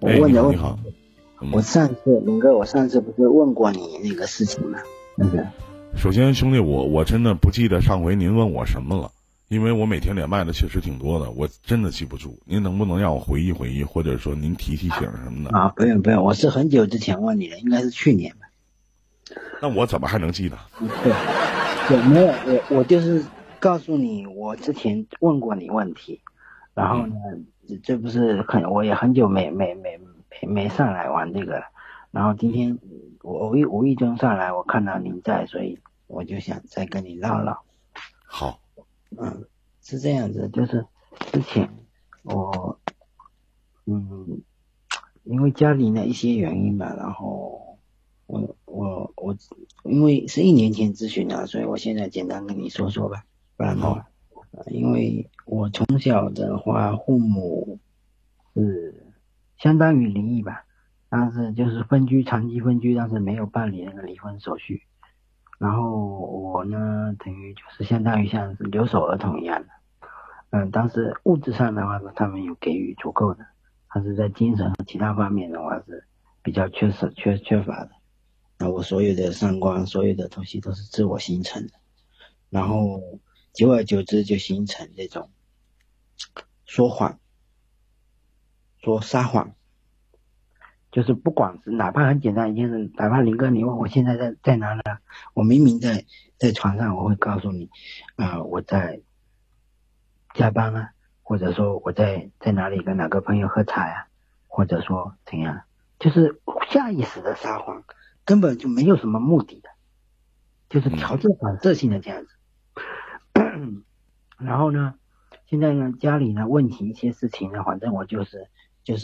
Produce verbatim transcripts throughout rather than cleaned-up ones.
我问的问题， 哎、你好，你好嗯、 我上次林哥，我上次不是问过你那个事情吗？那个， 首先兄弟，我我真的不记得上回您问我什么了，因为我每天连麦的确实挺多的，我真的记不住。您能不能让我回忆回忆，或者说您提提醒什么的？ 啊，不用不用，我是很久之前问你的，应该是去年吧。 那我怎么还能记得？ 对，对，没有，我我就是告诉你，我之前问过你问题，然后呢，嗯、这不是很我也很久没没没没没上来玩这个了，然后今天我无意无意中上来，我看到您在，所以我就想再跟你唠唠。 好， 嗯，是这样子，就是之前我嗯，因为家里的一些原因吧，然后我我我因为是一年前咨询的，所以我现在简单跟你说说吧，不然的话，呃因为我从小的话，父母是相当于离异吧，但是就是分居，长期分居，但是没有办理那个离婚手续。然后我呢，等于就是相当于像是留守儿童一样的，嗯，但是物质上的话呢，他们有给予足够的，但是在精神和其他方面的话是比较缺少缺缺乏的。那我所有的三观，所有的东西都是自我形成的，然后久而久之就形成这种说谎、说撒谎。就是不管是哪怕很简单一件事，哪怕林哥你问我现在在在哪呢，我明明在在床上，我会告诉你，啊、呃，我在加班啊，或者说我在在哪里跟哪个朋友喝茶呀、啊，或者说怎样，就是下意识的撒谎，根本就没有什么目的的，就是条件反射性的这样子。嗯、然后呢，现在呢家里呢问题一些事情呢，反正我就是就是。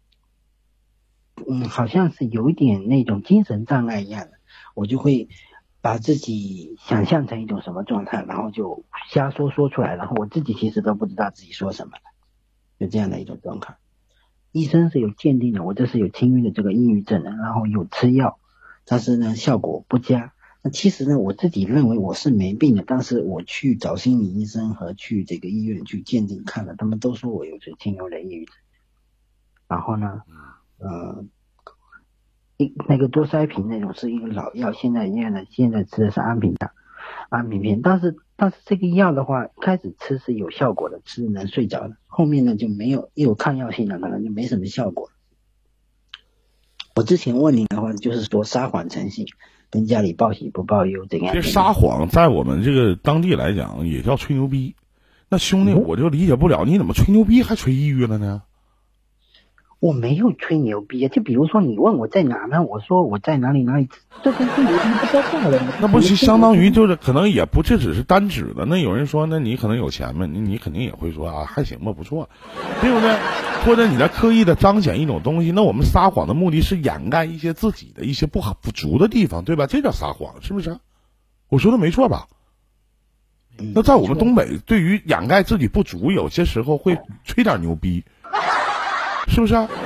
嗯，好像是有一点那种精神障碍一样的，我就会把自己想象成一种什么状态，然后就瞎说说出来，然后我自己其实都不知道自己说什么了，就这样的一种状况。医生是有鉴定的，我这是有轻微的这个抑郁症的，然后有吃药，但是呢效果不佳。那其实呢我自己认为我是没病的，但是我去找心理医生和去这个医院去鉴定看了，他们都说我有这轻微的抑郁症。然后呢呃，一那个多塞平那种是一个老药，现在医院的现在吃的是安平的安平片，但是但是这个药的话，开始吃是有效果的，吃能睡着的，后面呢就没有，又有抗药性的，可能就没什么效果。我之前问你的话，就是说撒谎成性，跟家里报喜不报忧怎样？ 其实撒谎在我们这个当地来讲也叫吹牛逼。那兄弟，我就理解不了，你怎么吹牛逼还吹抑郁了呢？ 我没有吹牛逼啊，就比如说你问我在哪呢，我说我在哪里哪里，这跟吹牛逼不搭嘎的。 那不是相当于就是可能也不这只是单指的。那有人说，那你可能有钱嘛，你你肯定也会说啊，还行吧，不错，对不对？或者你在刻意的彰显一种东西。那我们撒谎的目的是掩盖一些自己的一些不好不足的地方，对吧？这叫撒谎，是不是？我说的没错吧？那在我们东北，对于掩盖自己不足，有些时候会吹点牛逼。是不是啊？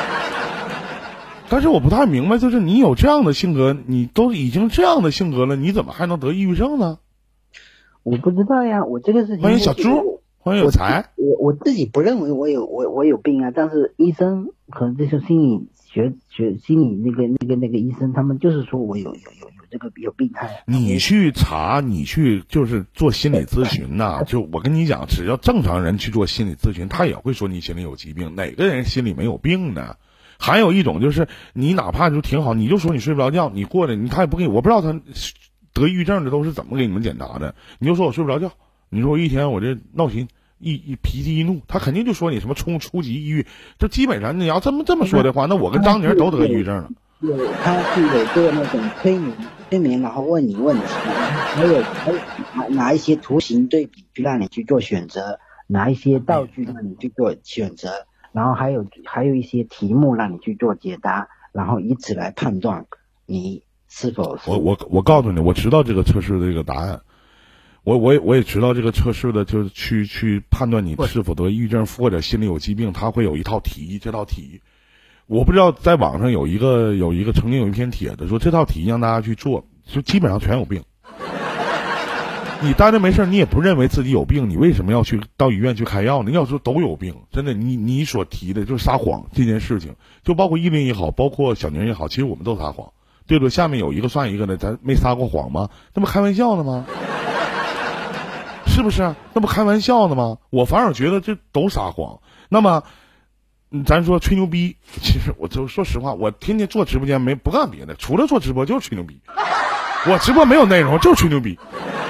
但是我不太明白，就是你有这样的性格，你都已经这样的性格了，你怎么还能得抑郁症呢？ 我不知道呀，我这个事情。 欢迎小猪，欢迎有才。 我我自己不认为我有我我有病啊，但是医生和这些心理学学心理那个那个那个医生，他们就是说我有有有有这个有病态。 你去查，你去就是做心理咨询呐、啊，就我跟你讲，只要正常人去做心理咨询，他也会说你心里有疾病。哪个人心里没有病呢？还有一种就是你哪怕就挺好，你就说你睡不着觉，你过来你他也不给你，我不知道他得抑郁症的都是怎么给你们检查的。你就说我睡不着觉，你说我一天我这闹心。一一脾气一怒，他肯定就说你什么初初级抑郁，就基本上你要这么这么说的话，那我跟张宁都得抑郁症了。 有，他是有做那种催眠，催眠然后问你问题，还有还有拿拿一些图形对比去让你去做选择，拿一些道具让你去做选择，然后还有还有一些题目让你去做解答，然后以此来判断你是否是。 我我我告诉你，我知道这个测试的这个答案。我我也我也知道这个测试的，就是去去判断你是否得抑郁症或者心里有疾病，它会有一套题。这套题，我不知道在网上有一个有一个曾经有一篇帖子说这套题让大家去做，就基本上全有病。 你待着没事，你也不认为自己有病，你为什么要去到医院去开药呢？要说都有病，真的，你你所提的就是撒谎这件事情，就包括依林也好，包括小宁也好，其实我们都撒谎，对不对？下面有一个算一个的，咱没撒过谎吗？那不开玩笑呢吗？是不是？那不开玩笑呢吗？我反而觉得这都撒谎。那么，咱说吹牛逼，其实我就说实话，我天天做直播间没不干别的，除了做直播就是吹牛逼。我直播没有内容，就是吹牛逼，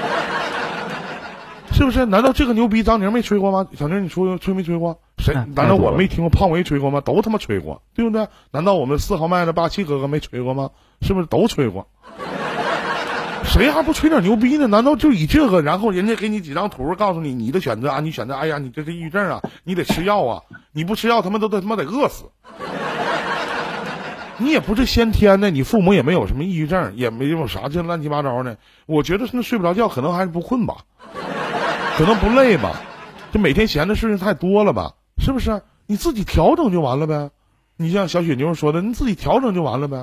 是不是？难道这个牛逼张宁没吹过吗？小宁，你吹吹没吹过？谁？难道我没听过胖维吹过吗？都他妈吹过，对不对？难道我们四号麦的霸气哥哥没吹过吗？是不是都吹过？谁还不吹点牛逼呢？难道就以这个，然后人家给你几张图，告诉你你的选择啊，你选择，哎呀，你这是抑郁症啊，你得吃药啊，你不吃药，他们都得他妈得饿死。你也不是先天的，你父母也没有什么抑郁症，也没有啥这乱七八糟的。我觉得那睡不着觉，可能还是不困吧，可能不累吧，就每天闲的事情太多了吧，是不是？你自己调整就完了呗。你像小雪妞说的，你自己调整就完了呗。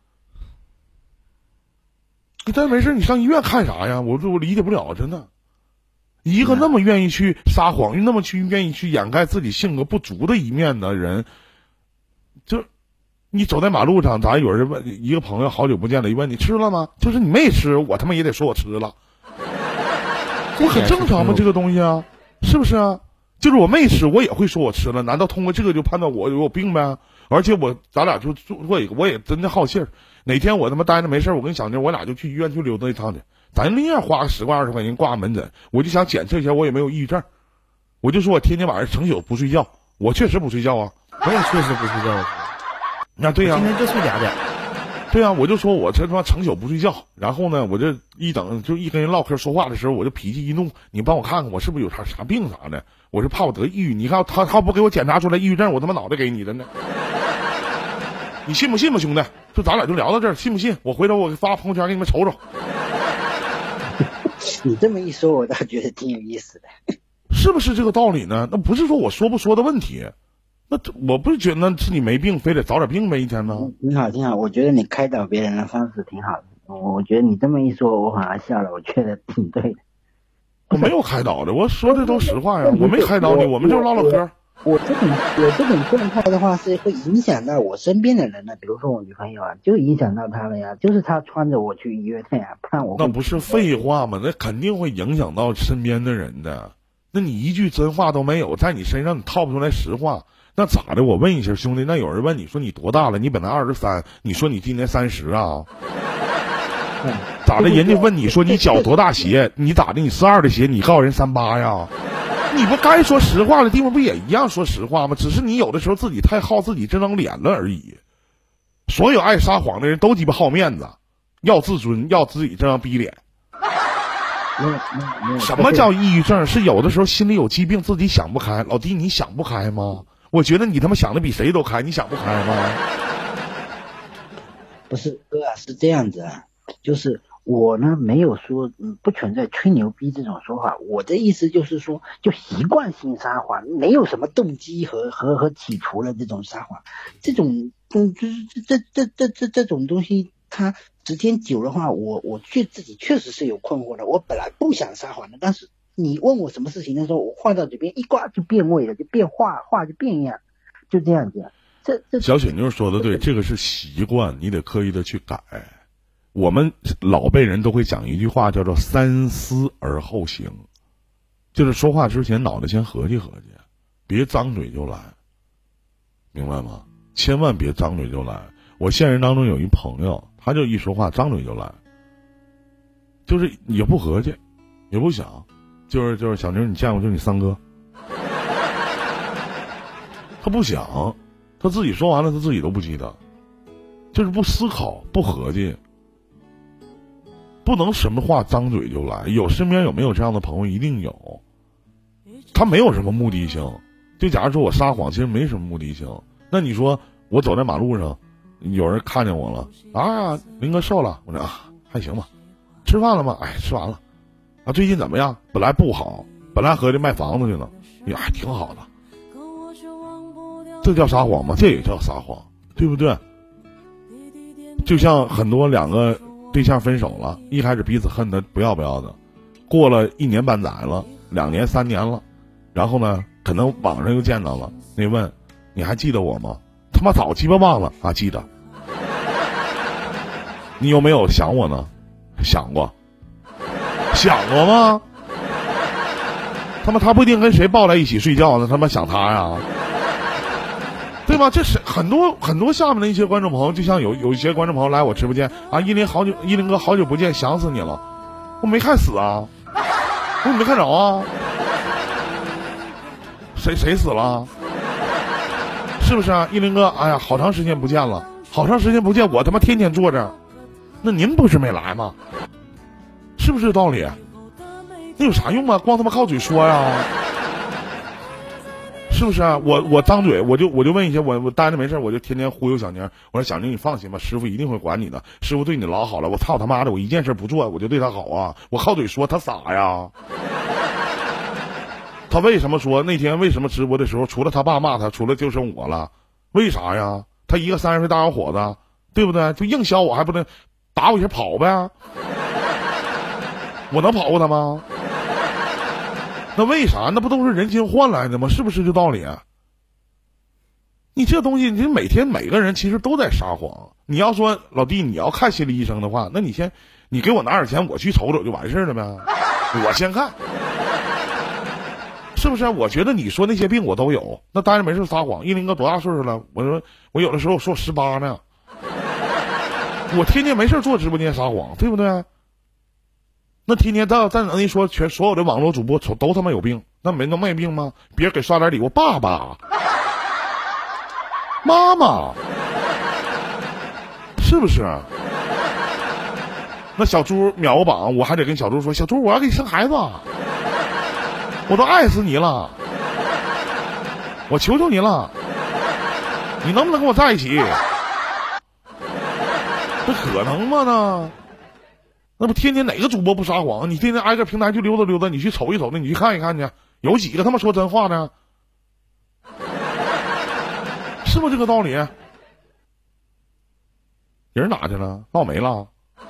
你但没事，你上医院看啥呀？我我理解不了，真的。一个那么愿意去撒谎，那么去愿意去掩盖自己性格不足的一面的人，就。你走在马路上，咱有人问一个朋友好久不见了，一问你吃了吗？就是你没吃，我他妈也得说我吃了，我很正常吗？这个东西啊，是不是啊？就是我没吃，我也会说我吃了，难道通过这个就判断我有病呗？而且我咱俩就做一个，我也真的好信儿，哪天我他妈待着没事，我跟小宁我俩就去医院去溜达一趟去，咱宁愿花个十块二十块钱挂门诊，我就想检测一下我有没有抑郁症，我就说我天天晚上成宿不睡觉，我确实不睡觉啊， 我也确实不睡觉。 那对呀、啊， 今天就睡俩点。 对呀、啊，我就说我这他妈成宿不睡觉，然后呢，我这一等就一跟人唠嗑说话的时候，我就脾气一怒，你帮我看看我是不是有啥啥病啥的，我是怕我得抑郁，你看他他不给我检查出来抑郁症，我他妈脑袋给你的呢。你信不信吧，兄弟？就咱俩就聊到这儿，信不信？我回头我发朋友圈给你们瞅瞅。 你这么一说，我倒觉得挺有意思的。 是不是这个道理呢？那不是说我说不说的问题。那我不是觉得那是你没病，非得找点病呗一天呢？ 挺好，挺好。我觉得你开导别人的方式挺好的。我觉得你这么一说，我反而笑了。我觉得挺对的。 我没有开导的，我说的都实话呀。我没开导你，我们就唠唠嗑。 我这种我这种状态的话，是会影响到我身边的人的。比如说我女朋友啊，就影响到她了呀。就是她穿着我去医院的呀，不然我那不是废话吗？那肯定会影响到身边的人的。那你一句真话都没有，在你身上你套不出来实话。那咋的？我问一下兄弟，那有人问你说你多大了？你本来二十三，你说你今年三十啊？ 嗯、 咋的？人家问你说你脚多大鞋？你咋的？你四二的鞋，你告诉人三八呀？你不该说实话的地方不也一样说实话吗？只是你有的时候自己太好自己这张脸了而已。所有爱撒谎的人都鸡巴好面子，要自尊，要自己这张逼脸。什么叫抑郁症？是有的时候心里有疾病，自己想不开。老弟，你想不开吗？我觉得你他妈想的比谁都开，你想不开吗？ 不是哥啊，是这样子啊，就是我呢没有说嗯不存在吹牛逼这种说法，我的意思就是说，就习惯性撒谎，没有什么动机和和和企图的这种撒谎，这种嗯就是这这这这这种东西，它时间久的话，我我确自己确实是有困惑的。我本来不想撒谎的，但是你问我什么事情的时候，我话到嘴边一挂就变味了，就变话，话就变样，就这样子。这这小雪妞说的对，这个是习惯，你得刻意的去改。我们老辈人都会讲一句话，叫做三思而后行，就是说话之前脑袋先合计合计，别张嘴就来，明白吗？千万别张嘴就来。我现实当中有一朋友，他就一说话张嘴就来，就是也不合计也不想，就是就是小妞，你见过就是你三哥，他不想，他自己说完了他自己都不记得，就是不思考不合计，不能什么话张嘴就来。有身边有没有这样的朋友？一定有，他没有什么目的性。就假如说我撒谎，其实没什么目的性。那你说我走在马路上，有人看见我了啊，林哥瘦了，我说啊还行吧。吃饭了吗？哎，吃完了。啊，最近怎么样？本来不好，本来合计卖房子去了，也还挺好的。这叫撒谎吗？这也叫撒谎，对不对？就像很多两个对象分手了，一开始彼此恨得不要不要的， 过了一年半载了，两年三年了，然后呢，可能网上又见到了，你问你还记得我吗？他妈早鸡巴忘了啊，记得。你有没有想我呢？想过，想过吗？他妈他不一定跟谁抱在一起睡觉呢，他妈想他呀，对吧？这是很多很多下面的一些观众朋友，就像有有一些观众朋友来我直播间啊，依林好久依林哥好久不见，想死你了，我没看死啊，我没看着啊，谁谁死了？是不是啊？依林哥，哎呀，好长时间不见了，好长时间不见，我他妈天天坐着，那您不是没来吗？是不是这道理？那有啥用啊？光他妈靠嘴说呀，是不是啊？我我张嘴我就我就问一些，我我待着没事我就天天忽悠小宁，我说小宁你放心吧，师傅一定会管你的，师傅对你老好了。我操他妈的，我一件事不做我就对他好啊，我靠嘴说他傻呀。他为什么说那天为什么直播的时候除了他爸骂他，除了就剩我了？为啥呀？他一个三十岁大小伙子，对不对？就硬削我还不能打我一下跑呗？我能跑过他吗？那为啥？那不都是人心换来的吗？是不是这道理？你这东西，你每天每个人其实都在撒谎。你要说老弟，你要看心理医生的话，那你先你给我拿点钱，我去瞅瞅就完事了呗。我先看，是不是？我觉得你说那些病我都有，那当然没事撒谎。依林哥多大岁数了？我说我有的时候说十八呢，我天天没事做直播间撒谎，对不对？那天天在在那一说，全所有的网络主播都他妈有病，那没能没病吗？别人给刷点礼物，爸爸、妈妈，是不是？那小猪秒个榜，我还得跟小猪说，小猪我要给你生孩子，我都爱死你了，我求求你了，你能不能跟我在一起？这可能吗呢？那不天天哪个主播不撒谎？你天天挨个平台去溜达溜达，你去瞅一瞅，那你去看一看去，有几个他妈说真话呢？是不是这个道理？人哪去了？闹没了？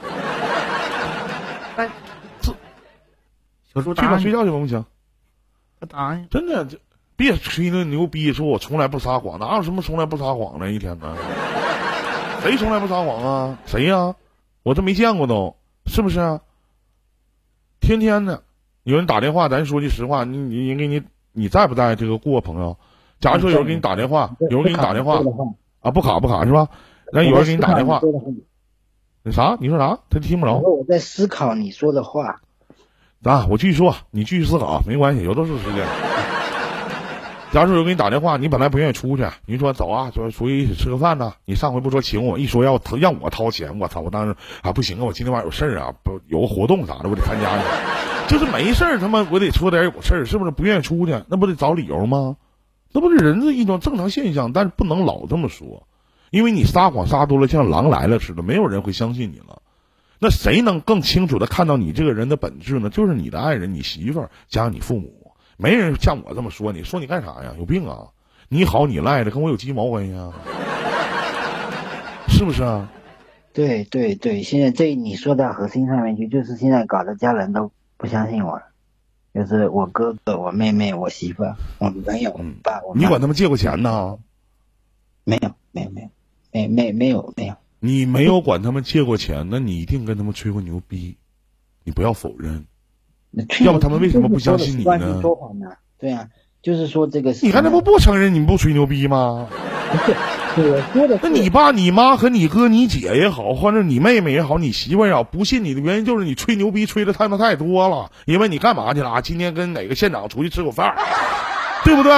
哎，这小猪去吧，睡觉去吧，不行。 他答应。 真的，这别吹那牛逼，说我从来不撒谎，哪有什么从来不撒谎的？一天呢？谁从来不撒谎啊？谁呀、啊？我这没见过都。是不是啊？天天的有人打电话，咱说句实话，你你人给你你在不在这个过朋友？假如说有人给你打电话，有人给你打电话啊，不卡不卡是吧？那有人给你打电话，那啥？你说啥？他听不着。 我在思考你说的话。 啊，我继续说，你继续思考，没关系，有的是时间。假如说有人给你打电话，你本来不愿意出去，你说走啊，说出去一起吃个饭呢。你上回不说请我，一说要让我掏钱，我操！我当时啊不行啊，我今天晚上有事儿啊，不有个活动啥的，我得参加去。就是没事儿，他妈我得说点有事儿，是不是？不愿意出去，那不得找理由吗？那不是人的一种正常现象，但是不能老这么说，因为你撒谎撒多了，像狼来了似的，没有人会相信你了。那谁能更清楚的看到你这个人的本质呢？就是你的爱人、你媳妇儿加上你父母。没人像我这么说你，说你干啥呀？有病啊！你好你赖的，跟我有鸡毛关系啊？是不是啊？ 对对对，现在这你说到核心上面去，就是现在搞得家人都不相信我了，就是我哥哥、我妹妹、我媳妇、我男朋友、我爸、我妈。 你管他们借过钱呢？ 没有，没有，没有，没没没有没有。 你没有管他们借过钱，那你一定跟他们吹过牛逼，你不要否认。要不他们为什么不相信你呢？ 说谎呢？对啊，就是说这个。 你看他不不承认，你不吹牛逼吗？ 我说的。 那你爸、你妈和你哥、你姐也好，或者你妹妹也好，你媳妇也好，不信你的原因就是你吹牛逼吹的他妈太多了。因为你干嘛去了？今天跟哪个县长出去吃口饭，对不对？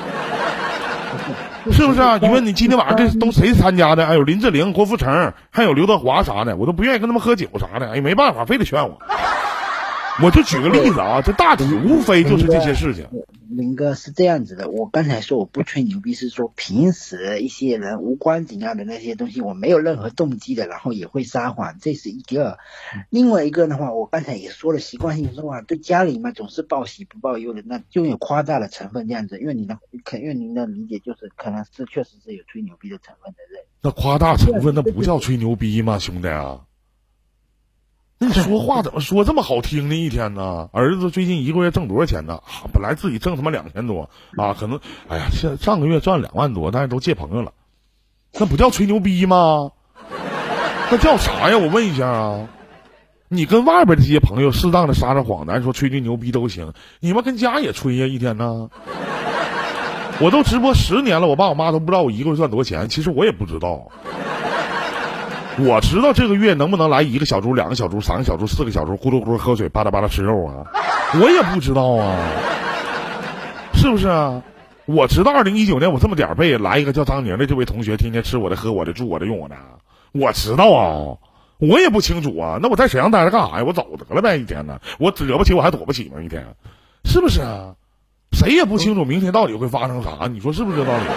是不是啊？你问你今天晚上这都谁参加的？哎呦，林志玲、郭富城，还有刘德华啥的，我都不愿意跟他们喝酒啥的。哎，没办法，非得劝我。我就举个例子啊，这大体无非就是这些事情。 林哥是这样子的，我刚才说我不吹牛逼，是说平时一些人无关紧要的那些东西，我没有任何动机的，然后也会撒谎，这是一个。另外一个的话，我刚才也说了，习惯性说话，对家里嘛总是报喜不报忧的，那就有夸大的成分这样子。因为你的，可因为您的理解就是可能是确实是有吹牛逼的成分的人。 那夸大成分那不叫吹牛逼吗，兄弟啊？ 那你说话怎么说这么好听呢？一天呢？儿子最近一个月挣多少钱呢？啊，本来自己挣他妈两千多啊，可能哎呀，现上个月赚两万多，但是都借朋友了，那不叫吹牛逼吗？那叫啥呀？我问一下啊，你跟外边的这些朋友适当的撒撒谎，咱说吹吹牛逼都行，你们跟家也吹呀，一天呢？我都直播十年了，我爸我妈都不知道我一个月赚多少钱，其实我也不知道。我知道这个月能不能来一个小猪、两个小猪、三个小猪、四个小猪，咕噜咕噜喝水，巴拉巴拉吃肉啊，我也不知道啊，是不是啊？我知道二零一九年我这么点背来一个叫张宁的这位同学，天天吃我的、喝我的、住我的、用我的，我知道啊，我也不清楚啊。那我在沈阳待着干啥呀？我走得了呗，一天呢，我惹不起我还躲不起吗？一天，是不是啊？谁也不清楚明天到底会发生啥，你说是不是这道理？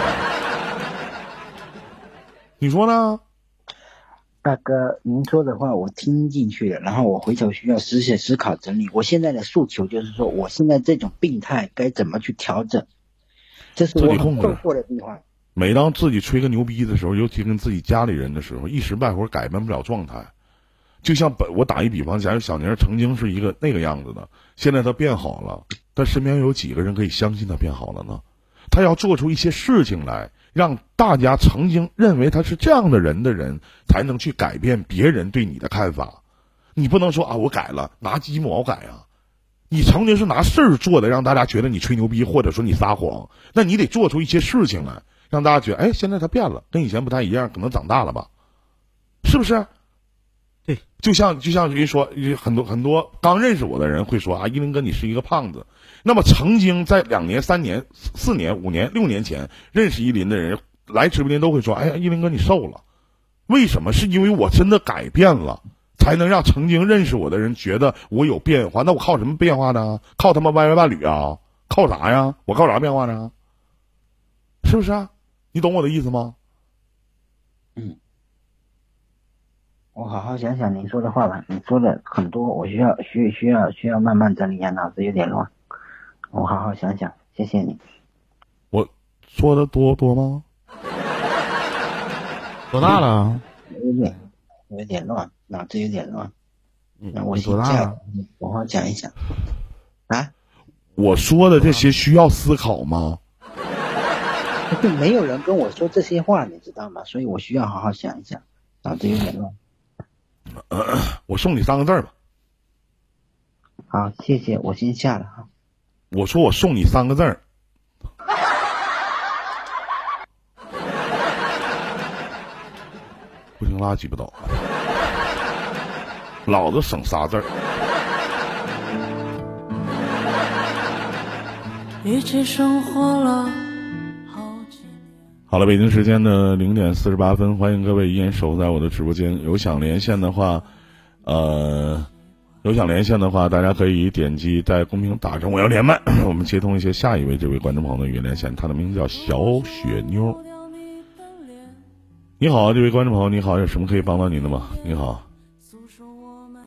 你说呢？ 大哥，您说的话我听进去了，然后我回头需要思想思考整理。我现在的诉求就是说，我现在这种病态该怎么去调整，这是我很困惑的地方。 每当自己吹个牛逼的时候，尤其跟自己家里人的时候，一时半会儿改变不了状态。就像本我打一比方，假如小宁曾经是一个那个样子的，现在他变好了，但身边有几个人可以相信他变好了呢？他要做出一些事情来，让大家曾经认为他是这样的人的人，才能去改变别人对你的看法。你不能说啊，我改了，拿鸡毛改啊！你曾经是拿事儿做的，让大家觉得你吹牛逼，或者说你撒谎，那你得做出一些事情来，让大家觉得，哎，现在他变了，跟以前不太一样，可能长大了吧？是不是？ 对， 就像就像人说，很多很多刚认识我的人会说啊，一林哥你是一个胖子。那么曾经在两年、三年、四年、五年、六年前认识一林的人来直播间都会说，哎呀，一林哥你瘦了。为什么？是因为我真的改变了，才能让曾经认识我的人觉得我有变化。那我靠什么变化呢？靠他妈歪歪伴侣啊？靠啥呀？我靠啥变化呢？是不是啊？你懂我的意思吗？ 嗯，我好好想想您说的话吧。你说的很多，我需要需需要需要慢慢整理一下，脑子有点乱。我好好想想，谢谢你。 我说的多多吗？ 多大了？ 有点有点乱，脑子有点乱。那我多大了？ 好好讲一讲。啊？ 我说的这些需要思考吗？ 没有人跟我说这些话，你知道吗？所以我需要好好想一想，脑子有点乱。 呃、我送你三个字吧。 好，谢谢，我先下了哈。 我说我送你三个字儿。不行，拉鸡巴倒，老子省仨字儿。 一起生活了好几年。 好了，北京时间的零点四十八分，欢迎各位依然守在我的直播间。有想连线的话，呃。有想连线的话，大家可以点击在公屏打上我要连麦，我们接通一些下一位这位观众朋友的语音连线，他的名字叫小雪妞。你好，这位观众朋友，你好，有什么可以帮到您的吗？你好。